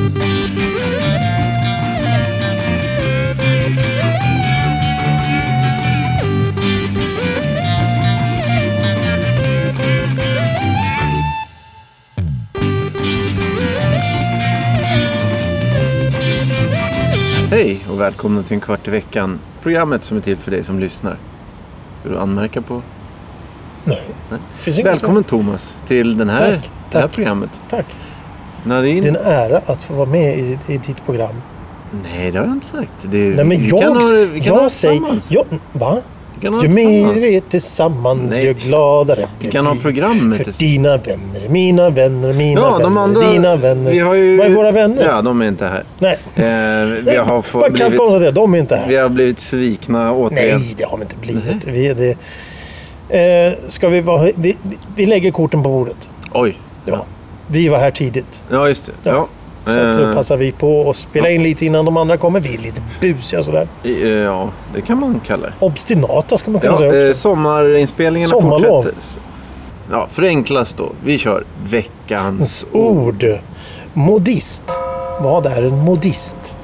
Hej och välkomna till en kvart i veckan. Programmet som är till för dig som lyssnar. Vill du anmärka på? Nej. Välkommen Thomas till det här programmet. Tack. Nadine. Det är en ära att få vara med i ditt program. Nej, det har jag inte sagt. Nej, men vi kan ha tillsammans. Va? Ju mer vi är tillsammans, ju gladare blir vi. kan ha program för dina vänner, mina vänner, de andra, dina vänner. Vi har ju, vad är våra vänner? Ja, de är inte här. Nej. Vi har blivit, de är inte här. Vi har blivit svikna återigen. Nej, det har vi inte blivit. Ska vi lägger korten på bordet. Oj. Ja. Vi var här tidigt. Ja, just det. Ja. Så då passar vi på att spela in lite innan de andra kommer. Vi är lite busiga sådär. Ja, det kan man kalla det. Obstinata ska man kunna säga också. Sommarinspelningarna fortsätter. Ja, förenklas då. Vi kör veckans ord. Modist. Vad är en modist?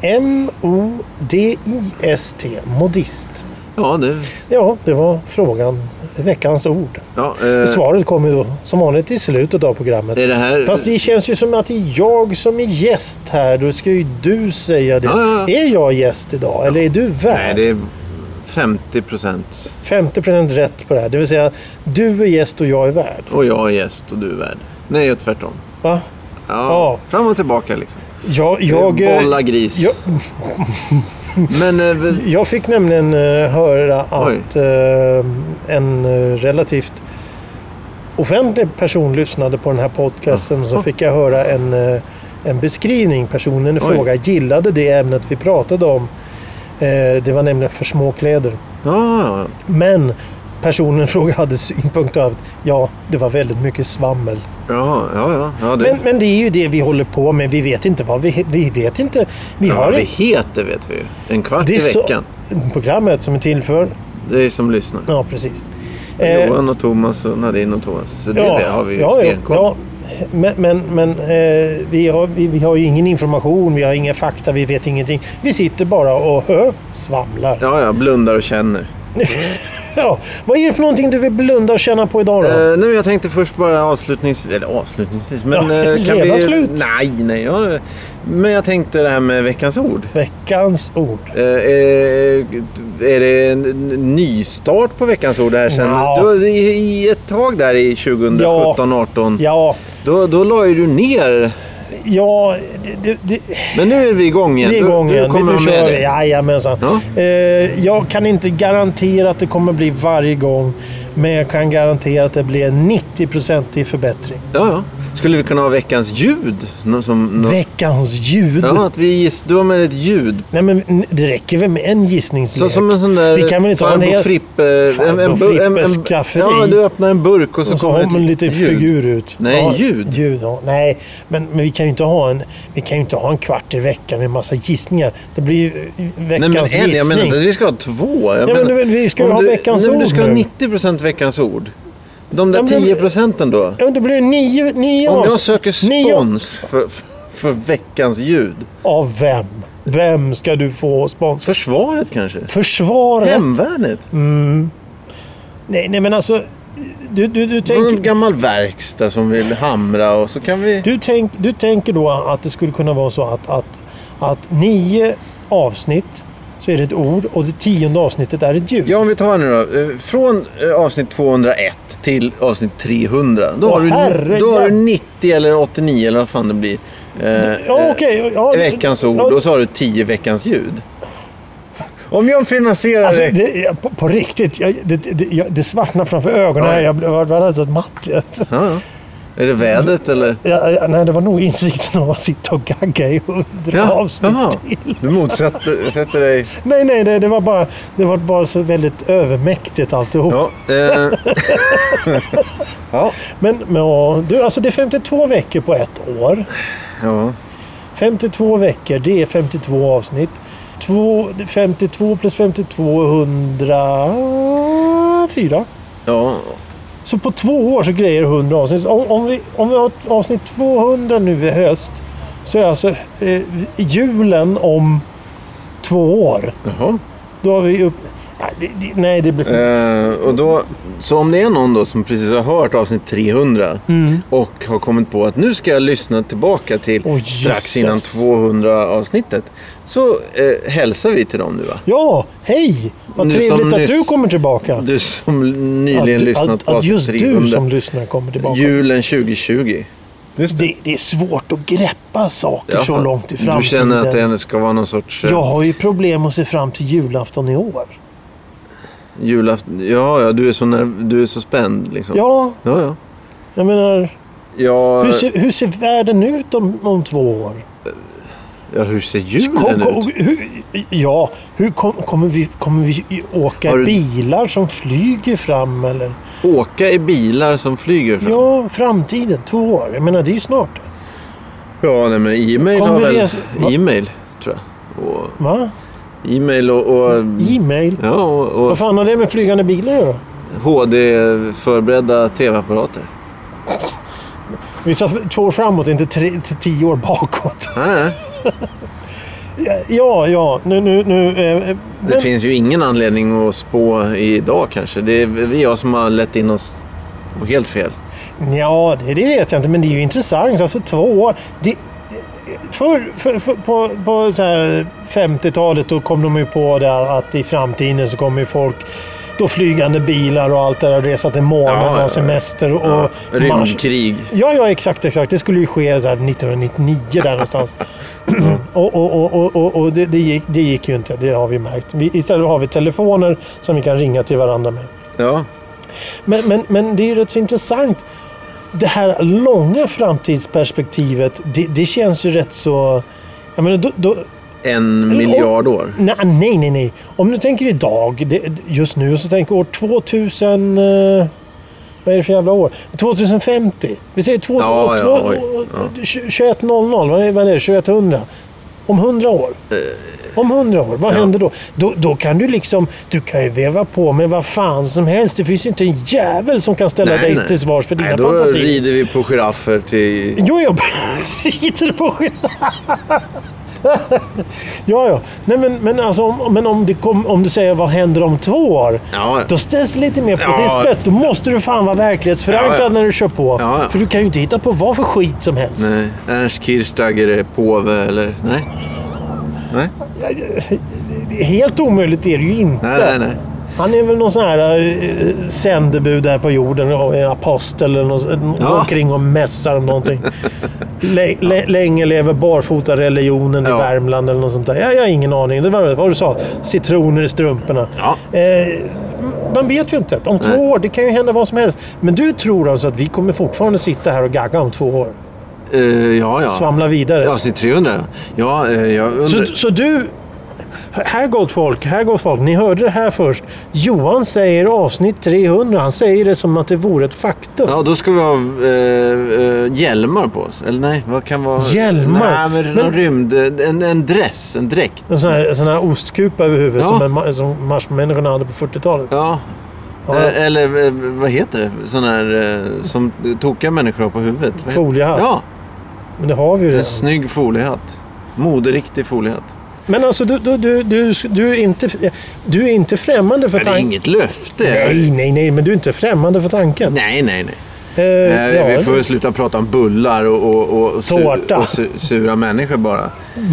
M-O-D-I-S-T. Modist. Ja, det var frågan. Veckans ord. Ja, svaret kommer då som vanligt i slutet av programmet. Är det här... Fast det känns ju som att det är jag som är gäst här. Då ska ju du säga det. Ja. Är jag gäst idag? Eller är du värd? Nej, det är 50%. 50% rätt på det här. Det vill säga, du är gäst och jag är värd. Och jag är gäst och du är värd. Nej, och tvärtom. Va? Ja. Fram och tillbaka liksom. Bolla gris. Men jag fick nämligen höra att en relativt offentlig person lyssnade på den här podcasten. Så fick jag höra en beskrivning. Personen i fråga gillade det ämnet vi pratade om. Det var nämligen för små kläder. Men personen i fråga hade synpunkter av att det var väldigt mycket svammel. Ja, det. Men det är ju det vi håller på med. Vi vet inte vad vi vet inte. Vi heter vet vi ju. En kvart i veckan. Programmet som är till för. Det är som lyssnar. Ja, precis. Johan och Thomas och Nadine och Thomas. Så det har vi ju stenkoll. Ja. Men vi har ju ingen information. Vi har inga fakta. Vi vet ingenting. Vi sitter bara och svamlar. Ja, blundar och känner. Ja, vad är det för någonting du vill blunda och känna på idag då? Nu jag tänkte först bara avslutningsvis, men kan vi... slut? Nej. Men jag tänkte det här med veckans ord. Veckans ord. Är det en nystart på veckans ord här sen? I ett tag där i 2017-18. Ja. Då la ju du ner. Ja, men nu är vi igång igen. Vi är igång igen. Nu kör vi. Jajamensan. Ja. Jag kan inte garantera att det kommer bli varje gång. Men jag kan garantera att det blir en 90% förbättring. Ja. Skulle vi kunna ha veckans ljud? Veckans ljud? Ja, att du har med ett ljud. Nej, men det räcker väl med en gissningslek. Som en sån där... Vi kan väl inte ha en hel... Frippes skafferi. Ja, du öppnar en burk och så kommer har man lite ljud. Figur ut. Nej, ljud. Nej, men vi kan ju inte ha en kvart i veckan med en massa gissningar. Det blir ju veckans gissning. Jag menar inte att vi ska ha 2. Men vi ska ha veckans ord. Du ska ha 90% veckans ord. De där 10% då? Ja, det blir 9 Om jag söker spons för veckans ljud. Av vem? Vem ska du få spons? Försvaret kanske? Försvaret? Hemvärnet? Nej, men alltså... Du tänker... Någon gammal verkstad som vill hamra och så kan vi... Du tänker då att det skulle kunna vara så att 9 avsnitt så är det ett ord och det 10:e avsnittet är ett ljud. Ja, om vi tar nu då. Från avsnitt 201 till avsnitt 300. Då har du 90 eller 89 eller vad fan det blir. Veckans ord. Då så har du 10 veckans ljud. Om jag finansierar det... På riktigt. Det svartnar framför ögonen. Ja. Jag blev väldigt matt. Ja. Är det vädret eller? Nej, det var nog insikten av att sitta och gagga i 100 avsnitt till. Du motsätter dig? Nej, det var bara så väldigt övermäktigt alltihop. Ja. Men du, alltså det är 52 veckor på ett år. Ja. 52 veckor, det är 52 avsnitt. 52 plus 52 är 104. Ja. Så på 2 år så grejer 100 avsnitt. Om vi har avsnitt 200 nu i höst, så är alltså julen om 2 år. Jaha. Då har vi nej, det blir och då, så om det är någon då som precis har hört avsnitt 300 och har kommit på att nu ska jag lyssna tillbaka till strax innan 200 avsnittet, så hälsar vi till dem nu, va? Ja, hej! Vad trevligt att du kommer tillbaka. Du som nyligen lyssnat på avsnitt 300. Just du som lyssnar kommer tillbaka. Julen 2020. Det är svårt att greppa saker så långt i framtiden. Du känner att det ska vara någon sorts... Jag har ju problem att se fram till julafton i år. Julafton, ja, du är så spänd liksom. Ja. Jag menar, hur ser världen ut om 2 år? Ja, hur ser julen ut? Kommer vi åka i bilar som flyger fram, eller? Åka i bilar som flyger fram? Ja, framtiden, 2 år. Jag menar, det är ju snart. Ja, nej, men e-mail har väl... E-mail, tror jag. Va? E-mail och... E-mail? Ja, och... Vad fan har det med flygande bilar då? HD-förberedda tv-apparater. Vi sa 2 år framåt, inte 10 år bakåt. Nej. Ja. Nu. Det finns ju ingen anledning att spå idag kanske. Det är vi som har lett in oss på helt fel. Ja, det vet jag inte, men det är ju intressant. Alltså 2 år. På så här 50-talet då kom de ju på det att i framtiden så kommer ju folk då flygande bilar och allt det där, resa till månen och semester och rymdkrig. Ja, exakt. Det skulle ju ske så här 1999 där någonstans. och det gick ju inte, det har vi märkt. Istället har vi telefoner som vi kan ringa till varandra med. Ja. Men det är ju rätt så intressant. Det här långa framtidsperspektivet, det känns ju rätt så... Jag menar, då 1 miljard år? Nej. Om du tänker idag, just nu, så tänker år 2000... vad är det för jävla år? 2050. Vi säger 2100. Vad är det? 2100. Om 100 år. Om 100 år, vad händer då? Då kan du liksom... Du kan ju väva på med vad fan som helst. Det finns ju inte en jävel som kan ställa dig till svars för dina fantasier. Då rider vi på giraffer till... Jo, jag rider på giraffer. Ja. Nej, men alltså om du säger vad händer om 2 år, då ställs lite mer på din spets. Då måste du fan vara verklighetsförankrad när du kör på. För du kan ju inte hitta på vad för skit som helst. Nej, Ernst Kirchsteiger är påve eller... Nej. Helt omöjligt är det ju inte. Nej. Han är väl någon sån här sändebud där på jorden och en apostel eller omkring och mässar om någonting. Länge lever barfota religionen i Värmland eller något sånt där. Jag har ingen aning. Det var vad du sa. Citroner i strumporna. Ja. Man vet ju inte. Om 2 år, det kan ju hända vad som helst. Men du tror alltså att vi kommer fortfarande sitta här och gagga om 2 år? Ja. Svamla vidare. Ja, avsnitt 300. Ja, jag undrar... Så du... Här gott folk, ni hörde det här först. Johan säger avsnitt 300, han säger det som att det vore ett faktum. Ja, då ska vi ha hjälmar på oss. Eller nej, vad kan vara... Hjälmar? Nej, men rymd, en dress, en dräkt. En sån här ostkupa över huvudet som marsmänniskorna hade på 40-talet. Ja. Eller vad heter det? Sån här som tokiga människor har på huvudet. Foliehatt? Ja. Men det har vi ju redan. En snygg foliehatt. Moderiktig foliehatt. Men alltså du är inte främmande för tanken. Det är inget löfte. Nej, men du är inte främmande för tanken. Nej. Vi får väl sluta prata om bullar och sura människor bara.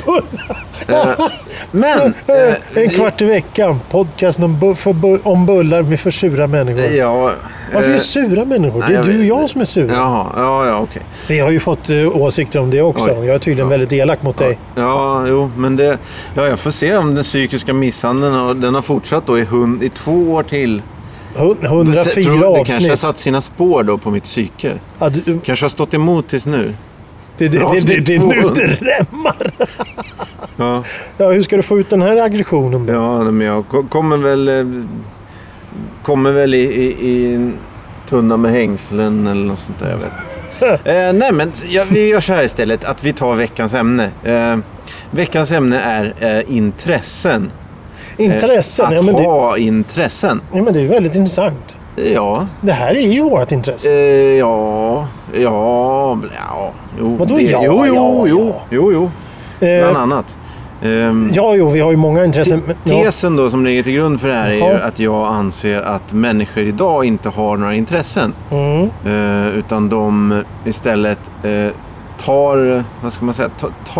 Men en kvart i veckan podcast om bullar med för sura människor. Ja. Varför är sura människor? Det är du och jag som är sura. Ja, okej. Vi har ju fått åsikter om det också. Oj. Jag är tydligen väldigt elak mot dig. Ja, men det... Ja, jag får se om den psykiska misshandeln den har fortsatt då i 2 år till. 104 avsnitt. Det kanske har satt sina spår då på mitt psyke. Ja, kanske har stått emot tills nu. Det är nu det rämmar. Ja, hur ska du få ut den här aggressionen då? Ja, men jag kommer väl i en tunna med hängslen eller något sånt där, jag vet. Nej, men vi gör så här istället, att vi tar veckans ämne. Veckans ämne är intressen. Intressen? Att ha intressen. Ja, men det är väldigt intressant. Ja. Det här är ju vårt intresse. Jo. Vadå Jo. Bland annat. Vi har ju många intressen. Tesen då som ligger till grund för det här är ju att jag anser att människor idag inte har några intressen. Utan de istället tar, vad ska man säga,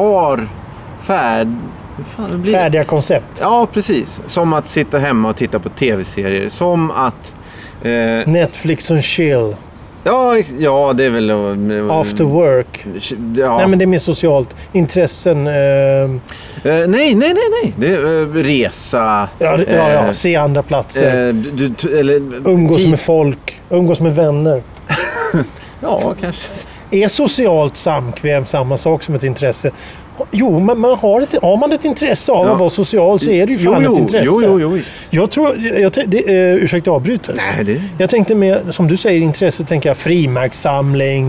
färdiga koncept. Ja, precis. Som att sitta hemma och titta på tv-serier. Som att... Netflix and chill. Ja, det är väl... After work. Ja. Nej, men det är mer socialt. Intressen. Nej. Det är resa. Se andra platser. Umgås med folk. Umgås med vänner. Ja, kanske. Är socialt samkväm samma sak som ett intresse? Jo, men har man ett intresse av att vara social så är det ju fan ett intresse. Jo, visst. Jag tror, ursäkta jag avbryter. Nej, det... Jag tänkte med, som du säger, intresse, tänker jag frimärkssamling.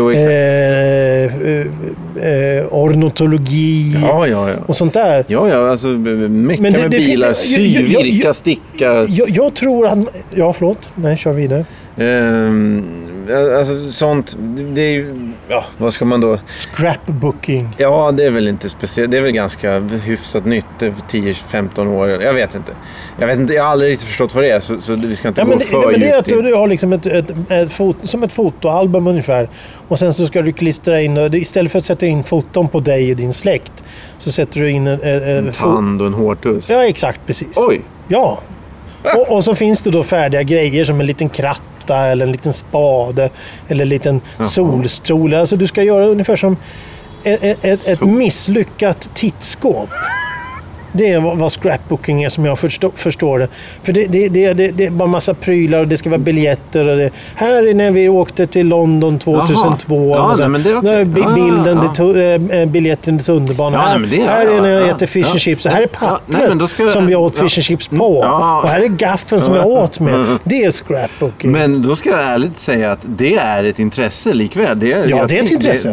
Exakt. Ornitologi. Och sånt där. Alltså mycket med bilar, virka, sticka. Jag tror att... Ja, förlåt. Nej, kör vidare. Alltså sånt, det är ju, vad ska man då? Scrapbooking. Ja, det är väl inte speciellt, det är väl ganska hyfsat nytt för 10-15 år. Jag vet inte, jag har aldrig riktigt förstått vad det är, så vi ska inte gå för men det är att du har liksom som ett fotoalbum ungefär, och sen så ska du klistra in, istället för att sätta in foton på dig och din släkt, så sätter du in en tand och en hårtuss. Ja, exakt, precis. Oj! Ja. Och så finns det då färdiga grejer som en liten kratta eller en liten spade eller en liten solstol. Alltså du ska göra ungefär som ett misslyckat tittskåp. Det är vad scrapbooking är, som jag förstår det. För det är bara massa prylar och det ska vara biljetter. Och det. Här är när vi åkte till London 2002. Biljetten till tunnelbanan. Här är när jag äter fish and chips. Här är pappret som vi åt fish and chips på. Och här är gaffeln som jag åt med. Det är scrapbooking. Men då ska jag ärligt säga att det är ett intresse likväl. Det är ett intresse.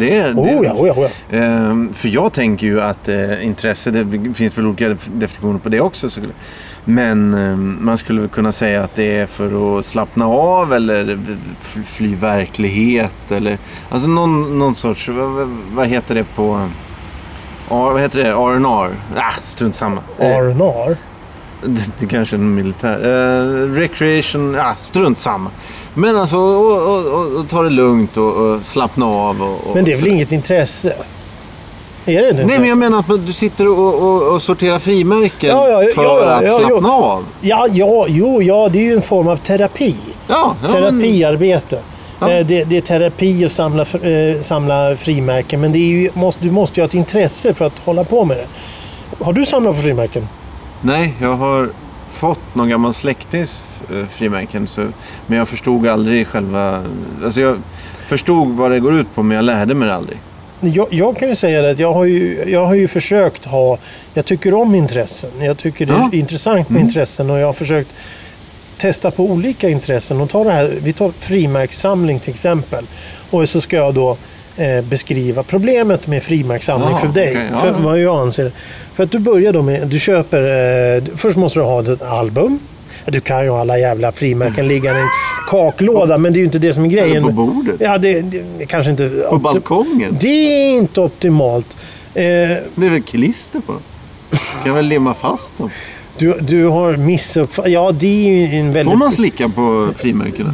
För jag tänker ju att intresse, det finns väl olika definitioner på det också. Men man skulle väl kunna säga att det är för att slappna av eller fly verklighet eller alltså någon sorts, vad heter det på vad heter det? R&R? Strunt samma. R&R? Det kanske är en militär. Recreation, strunt samma. Men alltså och ta det lugnt och slappna av. Men det är väl inget intresse? Nej, men jag menar att du sitter och sorterar frimärken för att slappna av. Det är ju en form av terapi. Terapiarbete. Det är terapi att samla frimärken, men det är ju, du måste ju ha ett intresse för att hålla på med det. Har du samlat på frimärken? Nej, jag har fått någon gammal släktings frimärken, men jag förstod aldrig själva... Alltså jag förstod vad det går ut på, men jag lärde mig aldrig. Jag kan ju säga att jag har ju försökt jag tycker om intressen. Jag tycker det är intressant med intressen, och jag har försökt testa på olika intressen. Och vi tar frimärkssamling till exempel. Och så ska jag då beskriva problemet med frimärkssamling för dig. För vad jag anser. För att du börjar då med, du köper, först måste du ha ett album. Du kan ju ha alla jävla frimärken ligga i en kaklåda, men det är ju inte det som är grejen. Eller på bordet. Ja, det kanske inte... På balkongen. Det är inte optimalt. Det är väl klister på dem. Kan väl limma fast dem. Du har missuppfattat. Ja, det är ju en väldigt... Får man slicka på frimärkena?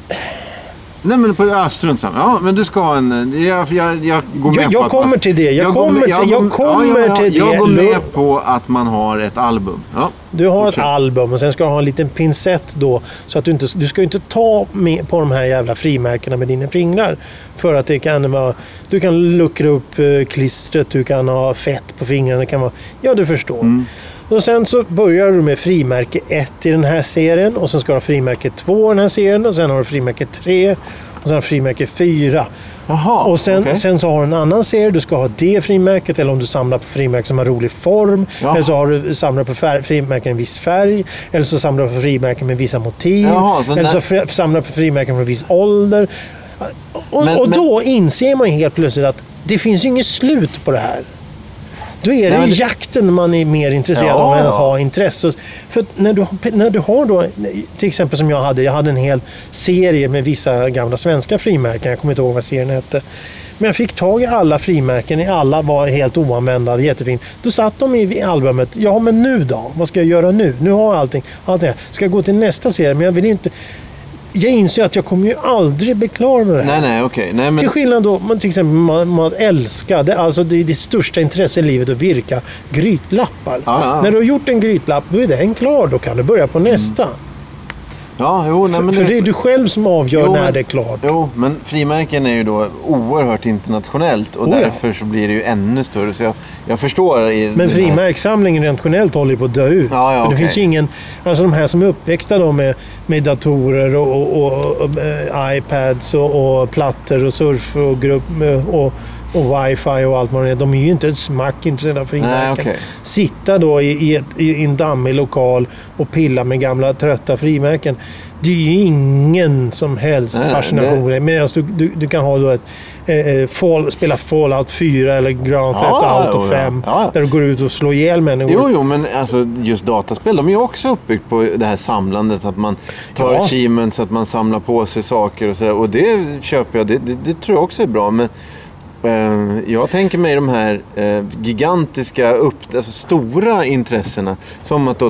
Nej, men på strunt samma. Ja, men du ska ha en... Jag går med jag på kommer till det. Jag går med på att man har ett album. Ja. Du har ett album och sen ska du ha en liten pincett då. Så att du ska inte ta med på de här jävla frimärkena med dina fingrar. För att det kan vara... Du kan luckra upp klistret, du kan ha fett på fingrarna. Det kan vara... Ja, du förstår. Och sen så börjar du med frimärke 1 i den här serien. Och sen ska du ha frimärke 2 i den här serien. Och sen har du frimärke 3. Och sen har du frimärke 4. Aha, och sen så har du en annan serie. Du ska ha det frimärket. Eller om du samlar på frimärken som har rolig form. Ja. Eller så har du samlar på frimärken i en viss färg. Eller så samlar du på frimärken med vissa motiv. Jaha, eller så samlar du på frimärken med viss ålder. Och då inser man helt plötsligt att det finns ju inget slut på det här. Då är det jakten man är mer intresserad av än att ha intresse. För när du har då, till exempel som jag hade en hel serie med vissa gamla svenska frimärken. Jag kommer inte ihåg vad serien hette. Men jag fick tag i alla frimärken. Alla var helt oanvända, jättefint. Då satt de i albumet. Ja, men nu då? Vad ska jag göra nu? Nu har jag allting. Ska jag gå till nästa serie? Men jag vill inte... Jag inser att jag kommer ju aldrig bli klar med det här. Nej, okej. Nej, men... Till skillnad då, till exempel man älskar, det är det största intresset i livet att virka grytlappar. När du har gjort en grytlapp, då är den klar. Då kan du börja på nästa. För det är du själv som avgör när det är klart. Jo, men frimärken är ju då oerhört internationellt och därför så blir det ju ännu större. Så jag förstår. Men frimärkssamlingen rent generellt håller på att dö ut. För det finns ju ingen, alltså de här som är uppväxta då med datorer och iPads och plattor och surf och grupp och wifi och allt vad det är. De är ju inte ett smack intresserade av frimärken. Sitta då i en dammig lokal och pilla med gamla trötta frimärken. Det är ju ingen som helst fascination. Men du kan ha då spela Fallout 4 eller Grand Theft Auto 5 där du går ut och slår ihjäl människor. Jo, men alltså just dataspel, de är ju också uppbyggt på det här samlandet, att man tar achievements så att man samlar på sig saker och sådär. Och det köper jag, det tror jag också är bra, men jag tänker mig de här gigantiska, alltså stora intressena, som att då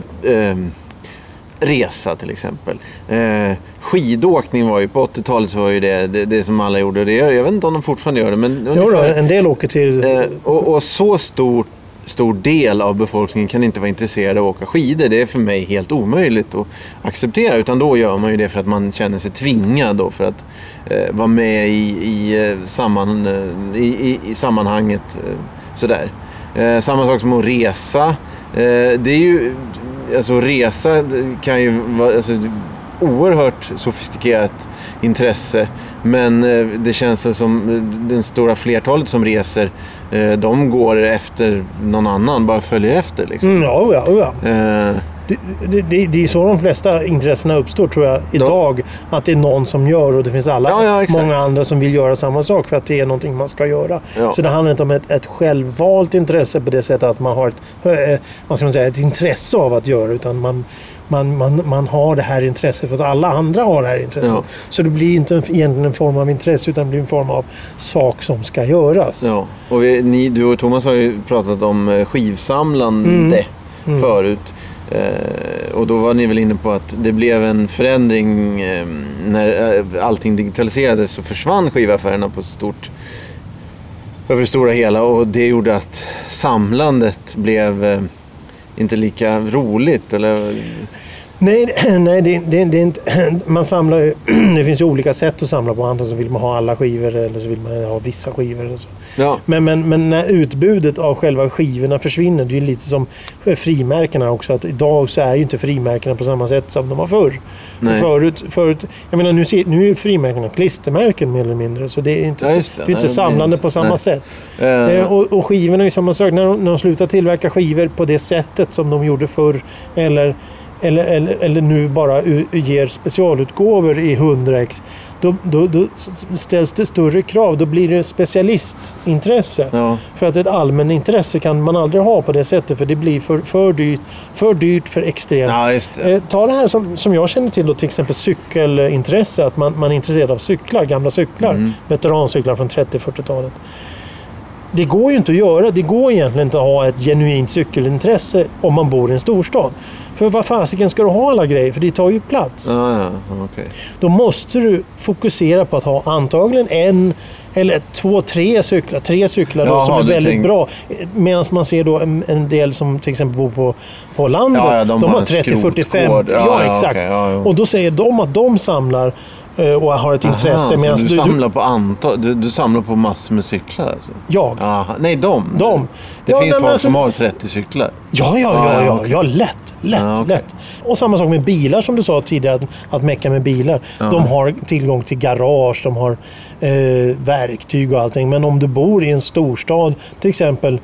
resa till exempel. Skidåkning var ju på 80-talet, så var ju det som alla gjorde. Jag vet inte om de fortfarande gör det, men ungefär, en del åker till... Och så stor del av befolkningen kan inte vara intresserad av att åka skidor. Det är för mig helt omöjligt att acceptera, utan då gör man ju det för att man känner sig tvingad då, för att vara med i sammanhanget sådär. Samma sak som att resa. Det är ju, alltså resa kan ju vara oerhört sofistikerat intresse, men det känns väl som den stora flertalet som reser, de går efter någon annan, bara följer efter liksom. Det är så de flesta intressena uppstår, tror jag, idag, att det är någon som gör, och det finns många andra som vill göra samma sak för att det är någonting man ska göra. Så det handlar inte om ett självvalt intresse på det sättet att man har ett intresse av att göra, utan man har det här intresset för att alla andra har det här intresset. Så det blir inte egentligen en form av intresse, utan det blir en form av sak som ska göras. Och du och Thomas har ju pratat om skivsamlande förut. Och då var ni väl inne på att det blev en förändring när allting digitaliserades, så försvann skivaffärerna över det stora hela, och det gjorde att samlandet blev inte lika roligt, eller? Nej, det är inte, man samlar ju, det finns ju olika sätt att samla på. Antingen så vill man ha alla skivor, eller så vill man ha vissa skivor eller så. Men när utbudet av själva skivorna försvinner, det är ju lite som frimärkena också, att idag så är ju inte frimärkena på samma sätt som de var förr. Förut, jag menar, nu är frimärkena klistermärken mer eller mindre, så det är inte, det är inte samlande på samma sätt. Och skivorna är ju samma sak, när de slutar tillverka skivor på det sättet som de gjorde förr, eller nu bara ger specialutgåvor i 100x, då ställs det större krav. Då blir det specialistintresse. För att ett allmän intresse kan man aldrig ha på det sättet, för det blir för dyrt, för extremt. Ta det här som jag känner till då, till exempel cykelintresse, att man är intresserad av cyklar, gamla cyklar, veterancyklar från 30-40-talet. Det går ju inte att göra. Det går egentligen inte att ha ett genuint cykelintresse om man bor i en storstad. För vad fasiken ska du ha alla grejer? För det tar ju plats. Då måste du fokusera på att ha antagligen en eller 2-3 cyklar. 3 cyklar då, som är väldigt bra. Medan man ser då en del som till exempel bor på landet. De har 30-45. Exakt. Och då säger de att de samlar och har ett intresse. Medan du samlar på du samlar på massor med cyklar alltså? Nej, de. Det finns folk som har 30 cyklar. Ja, lätt. Och samma sak med bilar, som du sa tidigare, att mecka med bilar. De har tillgång till garage, de har verktyg och allting. Men om du bor i en storstad, till exempel,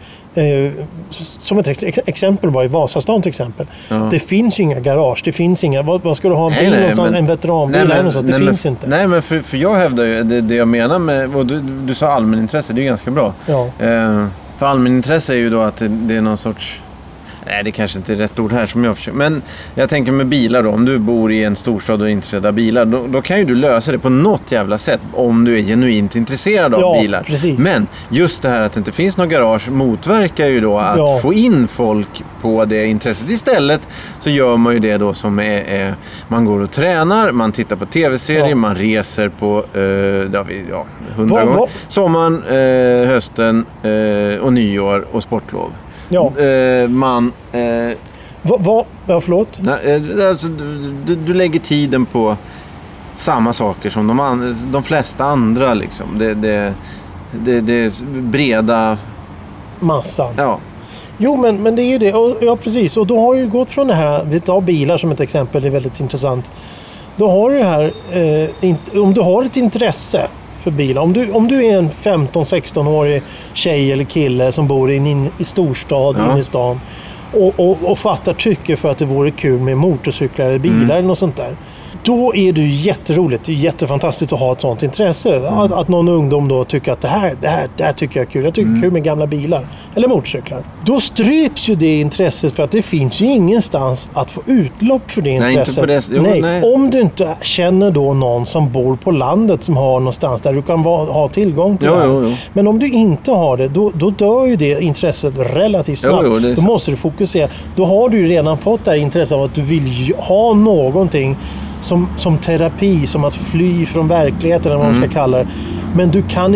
som ett exempel var i Vasastan till exempel. Det finns ju inga garage, det finns inga, vad ska du ha en bil någonstans, en veteranbil eller någonstans, det finns inte. Nej, men för jag hävdar ju det jag menar med, och du sa allmänintresse, det är ganska bra. För allmänintresse är ju då att det är någon sorts... Nej, det kanske inte är rätt ord här som jag försöker. Men jag tänker med bilar då. Om du bor i en storstad och är intresserad av bilar. Då kan ju du lösa det på något jävla sätt. Om du är genuint intresserad av bilar. Precis. Men just det här att det inte finns något garage motverkar ju då att få in folk på det intresset. Istället så gör man ju det då som är man går och tränar. Man tittar på tv-serier. Man reser på 100 gånger. Sommaren, hösten och nyår och sportlov. Ja. Förlåt? Nej, alltså, du lägger tiden på samma saker som de flesta andra liksom. Det breda massan. Ja. Jo, men det är ju det. Ja, precis. Och då har ju gått från det här, vi tar bilar som ett exempel, det är väldigt intressant. Då har du det här, om du har ett intresse för bilar. Om du är en 15-16-årig tjej eller kille som bor i storstad, inne i stan och fattar tycker för att det vore kul med motorcyklar eller bilar eller något sånt där. Då är det ju jätteroligt, det är jättefantastiskt att ha ett sånt intresse. Att någon ungdom då tycker att det här tycker jag är kul. Jag tycker det är kul med gamla bilar eller motorcyklar. Då stryps ju det intresset för att det finns ju ingenstans att få utlopp för det intresset. Nej. Om du inte känner då någon som bor på landet som har någonstans där du kan ha tillgång till det. Men om du inte har det, då dör ju det intresset relativt snabbt. Då måste du fokusera. Då har du ju redan fått det här intresset av att du vill ha någonting som terapi, som att fly från verkligheten eller vad man ska kalla det. Men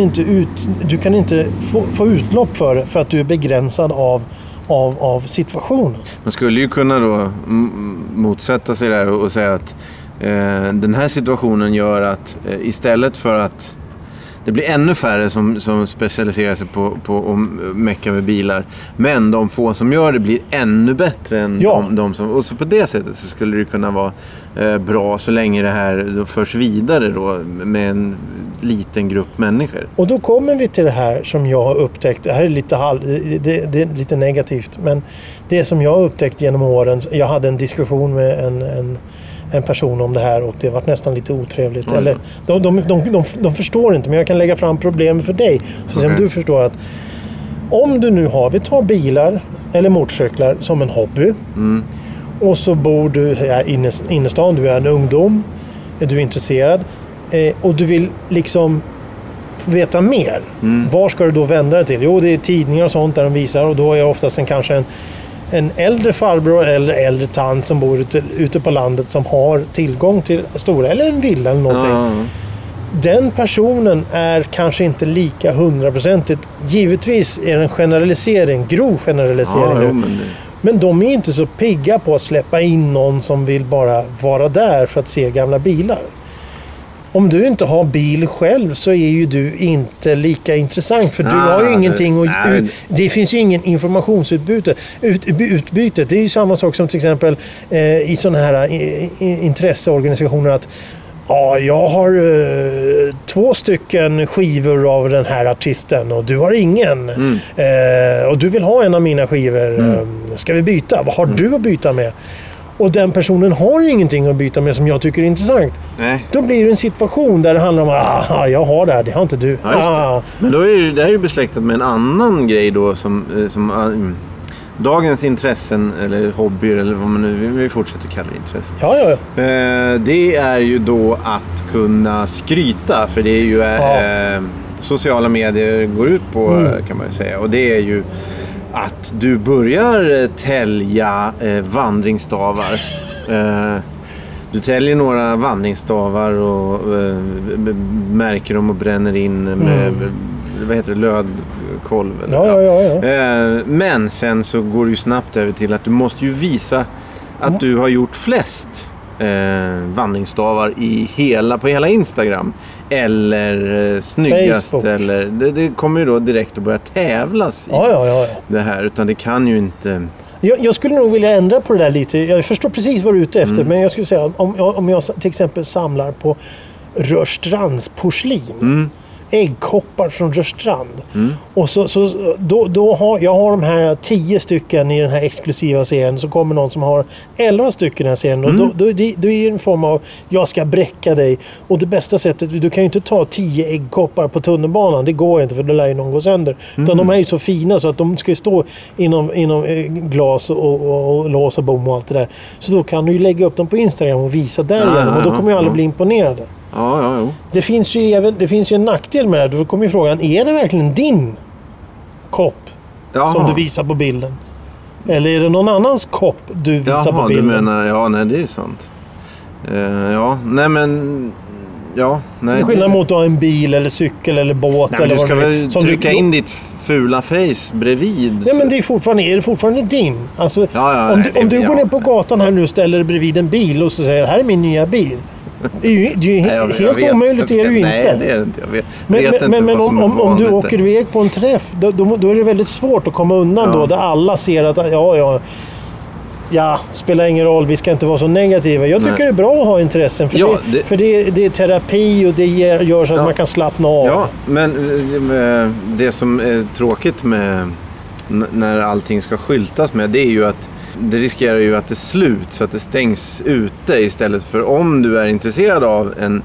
du kan inte få utlopp för det för att du är begränsad av situationen. Man skulle ju kunna då motsätta sig där och säga att den här situationen gör att istället för att det blir ännu färre som specialiserar sig på att mecka med bilar. Men de få som gör det blir ännu bättre än de som... Och så på det sättet så skulle det kunna vara bra så länge det här då förs vidare då med en liten grupp människor. Och då kommer vi till det här som jag har upptäckt. Det här är det är lite negativt. Men det som jag har upptäckt genom åren... Jag hade en diskussion med en person om det här och det var nästan lite otrevligt. Eller, de förstår inte, men jag kan lägga fram problem för dig. Så som du förstår att om du nu vi tar bilar eller motorcyklar som en hobby och så bor du här i innerstan, du är en ungdom, du är intresserad och du vill liksom veta mer. Var ska du då vända dig till? Jo, det är tidningar och sånt där de visar och då är oftast kanske en äldre farbror eller äldre tant som bor ute på landet som har tillgång till stora eller en villa eller någonting. Den personen är kanske inte lika 100%. Givetvis är det en generalisering, grov generalisering men de är inte så pigga på att släppa in någon som vill bara vara där för att se gamla bilar. Om du inte har bil själv så är ju du inte lika intressant för du har ju ingenting det finns ju ingen informationsutbyte. Utbyte, det är ju samma sak som till exempel i sådana här intresseorganisationer att jag har 2 stycken skivor av den här artisten och du har ingen. Och du vill ha en av mina skivor. Ska vi byta? Vad har du att byta med? Och den personen har ingenting att byta med som jag tycker är intressant. Nej. Då blir det en situation där det handlar om jag har det har inte du. Ja, men då är det här ju besläktat med en annan grej då som dagens intressen eller hobbyer eller vad man nu vi fortsätter kalla det intressen. Ja. Det är ju då att kunna skryta för det är ju sociala medier går ut på kan man ju säga och det är ju att du börjar tälja vandringsstavar. Du täljer några vandringsstavar och märker dem och bränner in med lödkolv. Ja. Men sen så går det ju snabbt över till att du måste ju visa att du har gjort flest vandringsstavar på hela Instagram eller snyggast Facebook. Eller det kommer ju då direkt att börja tävlas i det här utan det kan ju inte. Jag skulle nog vilja ändra på det där lite. Jag förstår precis vad du är ute efter men jag skulle säga om jag till exempel samlar på Rörstrandsporslin äggkoppar från Rörstrand. Och då har jag de här 10 stycken i den här exklusiva serien. Så kommer någon som har 11 stycken i den här serien. Och då är det en form av jag ska bräcka dig. Och det bästa sättet, du kan ju inte ta 10 äggkoppar på tunnelbanan. Det går inte, för då lär ju någon gå sönder. Utan de är ju så fina så att de ska ju stå inom glas och lås och bom och allt det där. Så då kan du ju lägga upp dem på Instagram och visa där igen. Och då kommer ju alla bli imponerade. Ja. Det finns ju en nackdel med det. Då kommer ju frågan, är det verkligen din kopp som du visar på bilden? Eller är det någon annans kopp du visar på bilden? Du menar, nej, det är ju sant. Nej. Det är skillnad mot att ha en bil eller cykel eller båt. Nej, eller du ska väl trycka in ditt fula face bredvid. Nej, men är det fortfarande din? Alltså, om du går ner på gatan här nu och ställer bredvid en bil och så säger här är min nya bil. Det är ju helt omöjligt, är det ju inte. Nej, det är det inte. Men om du åker iväg på en träff, då är det väldigt svårt att komma undan då. Där alla ser att spelar ingen roll, vi ska inte vara så negativa. Jag tycker det är bra att ha intressen. För det är terapi och det gör så att man kan slappna av. Ja, men det som är tråkigt med när allting ska skyltas med, det är ju att det riskerar ju att det är slut så att det stängs ute istället för om du är intresserad av en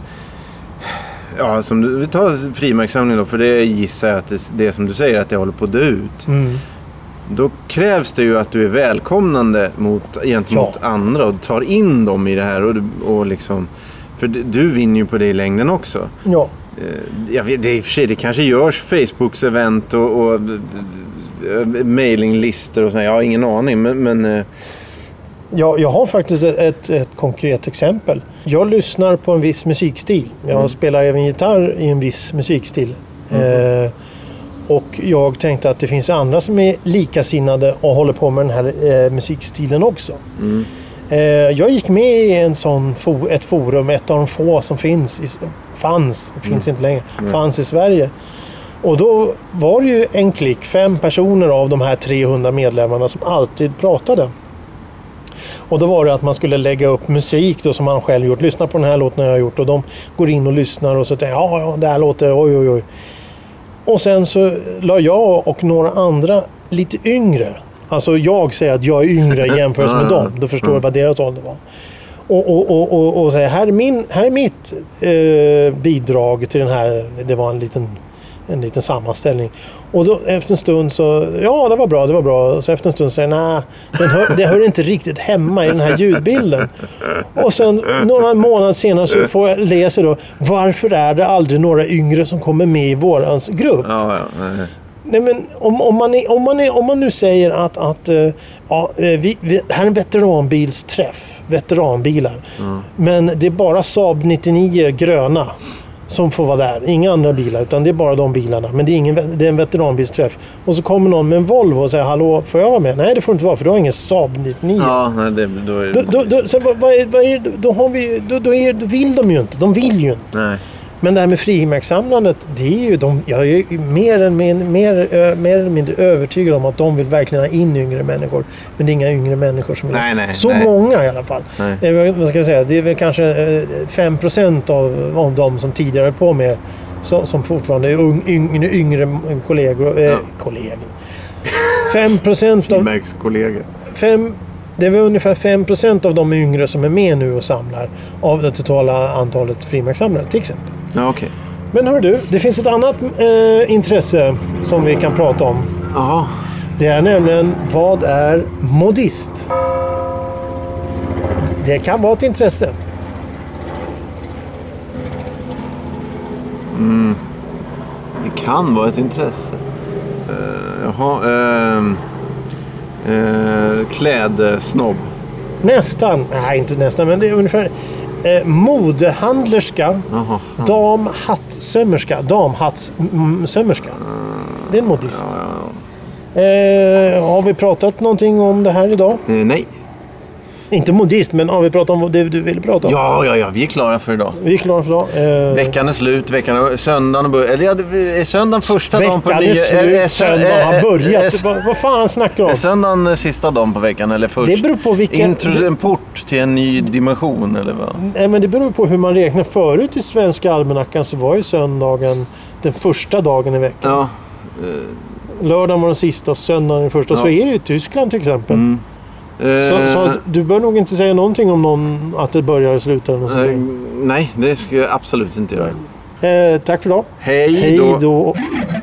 vi tar frimärkssamling då, för det gissar jag att det som du säger att det håller på att dö ut. Då krävs det ju att du är välkomnande gentemot andra och tar in dem i det här och liksom, för du vinner ju på det i längden också. Ja. Jag vet, det i och för sig, det kanske görs Facebooks event och mailinglistor och så. Jag har ingen aning, men jag har faktiskt ett konkret exempel. Jag lyssnar på en viss musikstil. Jag spelar även gitarr i en viss musikstil. Och jag tänkte att det finns andra som är likasinnade och håller på med den här musikstilen också. Jag gick med i ett forum, ett av de få som finns inte längre, fanns i Sverige. Och då var det ju en klick, 5 personer av de här 300 medlemmarna som alltid pratade. Och då var det att man skulle lägga upp musik då som man själv gjort. Lyssna på den här låten jag har gjort. Och de går in och lyssnar och så tänker det här låter, oj. Och sen så la jag och några andra lite yngre. Alltså jag säger att jag är yngre i jämförelse med dem. Då förstår du vad deras ålder var. Och säger, här är mitt bidrag till den här. Det var en liten sammanställning. Och då efter en stund så, det var bra. Och så efter en stund säger det hör inte riktigt hemma i den här ljudbilden. Och sen några månader senare så får jag läsa då, varför är det aldrig några yngre som kommer med i vårans grupp? Nej, men om man nu säger att här är en veteranbilar. Men det är bara Saab 99 gröna som får vara där. Inga andra bilar, utan det är bara de bilarna. Men det är en veteranbilsträff. Och så kommer någon med en Volvo och säger, hallå, får jag vara med? Nej, det får inte vara, för du har ingen Saab 99. Ja, nej, då är det... Då vill de ju inte. De vill ju inte. Nej. Men det här med frimärkssamlandet, det är ju jag är ju mer eller mindre övertygad om att de vill verkligen ha in yngre människor. Men det är inga yngre människor som vill många i alla fall. Vad ska jag säga? Det är väl kanske 5% av dem som tidigare är på med som fortfarande är yngre kollegor. Kollegor. 5% av... Frimärkskollegor. Det är väl ungefär 5% av de yngre som är med nu och samlar av det totala antalet frimärkssamlare till exempel. Ja, okej. Men hör du, det finns ett annat intresse som vi kan prata om. Aha. Det är nämligen, vad är modist? Det kan vara ett intresse. Det kan vara ett intresse. Klädsnobb. Nästan. Nej, inte nästan, men det är ungefär modehandlerska. Damhattsömmerska. Det är en modist. Har vi pratat någonting om det här idag? Nej. Inte modist, men har vi pratat om det du ville prata om? Ja, vi är klara för idag. Veckan är slut, söndagen börjar. Eller är söndagen första dagen på nya... Söndagen har börjat. Vad fan snackar du om? Är söndagen sista dagen på veckan eller först? Det beror på vilken... En port till en ny dimension eller vad? Nej, men det beror på hur man räknar. Förut i svenska almanackan så var ju söndagen den första dagen i veckan. Ja. Lördagen var den sista och söndagen den första. Så är det i Tyskland till exempel. Så att du bör nog inte säga någonting om att det börjar och slutar. Nej, det ska jag absolut inte göra. Tack för idag. Hej då.